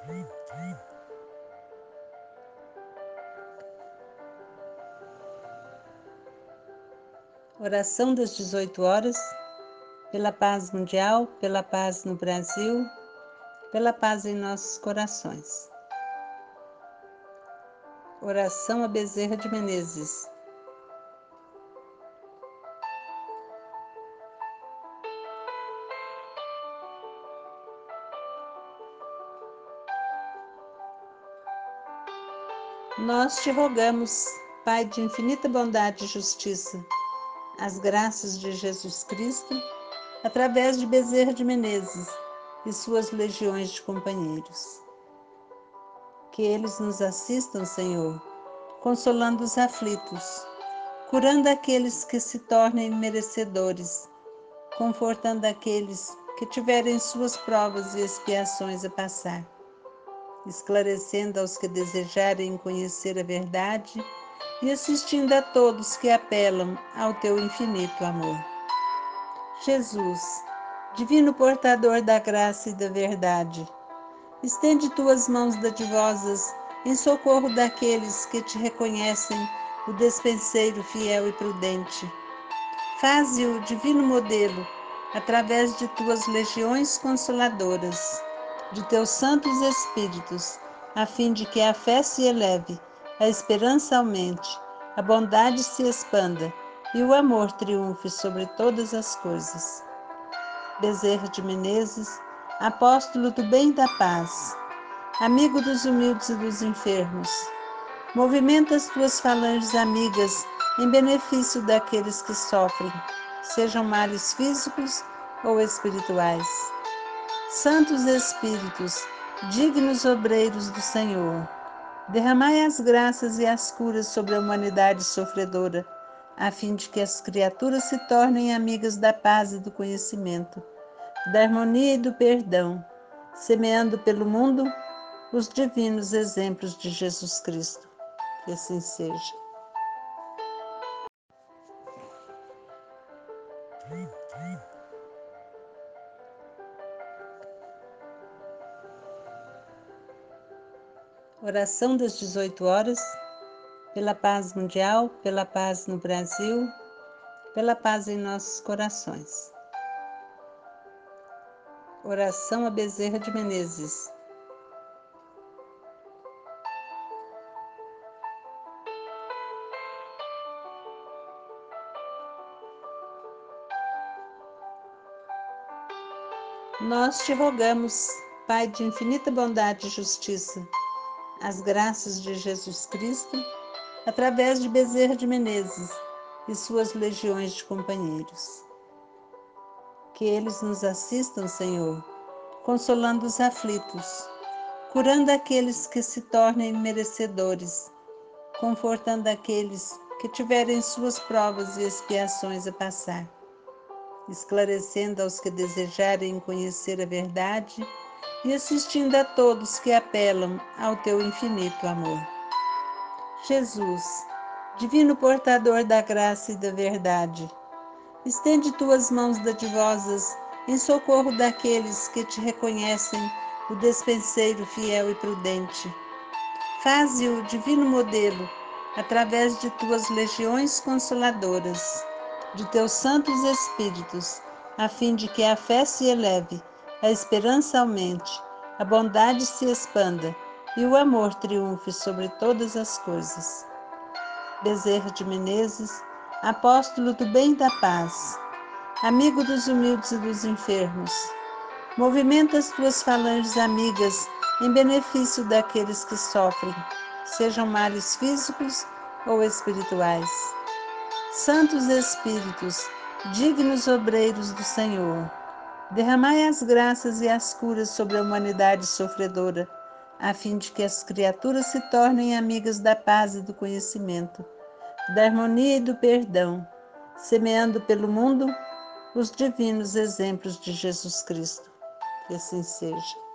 Oração das 18 horas, pela paz mundial, pela paz no Brasil, pela paz em nossos corações. Oração a Bezerra de Menezes. Nós te rogamos, Pai de infinita bondade e justiça, as graças de Jesus Cristo, através de Bezerra de Menezes e suas legiões de companheiros. Que eles nos assistam, Senhor, consolando os aflitos, curando aqueles que se tornem merecedores, confortando aqueles que tiverem suas provas e expiações a passar, esclarecendo aos que desejarem conhecer a verdade e assistindo a todos que apelam ao teu infinito amor. Jesus, divino portador da graça e da verdade, estende tuas mãos dadivosas em socorro daqueles que te reconhecem o despenseiro fiel e prudente. Faze o divino modelo através de tuas legiões consoladoras, de teus santos espíritos, a fim de que a fé se eleve, a esperança aumente, a bondade se expanda e o amor triunfe sobre todas as coisas. Bezerra de Menezes, apóstolo do bem e da paz, amigo dos humildes e dos enfermos, movimenta as tuas falanges amigas em benefício daqueles que sofrem, sejam males físicos ou espirituais. Santos Espíritos, dignos obreiros do Senhor, derramai as graças e as curas sobre a humanidade sofredora, a fim de que as criaturas se tornem amigas da paz e do conhecimento, da harmonia e do perdão, semeando pelo mundo os divinos exemplos de Jesus Cristo. Que assim seja. Oração das 18 horas, pela paz mundial, pela paz no Brasil, pela paz em nossos corações. Oração a Bezerra de Menezes. Nós te rogamos, Pai de infinita bondade e justiça, as graças de Jesus Cristo, através de Bezerra de Menezes e suas legiões de companheiros. Que eles nos assistam, Senhor, consolando os aflitos, curando aqueles que se tornem merecedores, confortando aqueles que tiverem suas provas e expiações a passar, esclarecendo aos que desejarem conhecer a verdade e assistindo a todos que apelam ao teu infinito amor. Jesus, divino portador da graça e da verdade, estende tuas mãos dadivosas em socorro daqueles que te reconhecem o despenseiro fiel e prudente. Faze o divino modelo através de tuas legiões consoladoras, de teus santos espíritos, a fim de que a fé se eleve, a esperança aumente, a bondade se expanda e o amor triunfe sobre todas as coisas. Bezerra de Menezes, apóstolo do bem e da paz, amigo dos humildes e dos enfermos, movimenta as tuas falanges amigas em benefício daqueles que sofrem, sejam males físicos ou espirituais. Santos Espíritos, dignos obreiros do Senhor, derramai as graças e as curas sobre a humanidade sofredora, a fim de que as criaturas se tornem amigas da paz e do conhecimento, da harmonia e do perdão, semeando pelo mundo os divinos exemplos de Jesus Cristo. Que assim seja.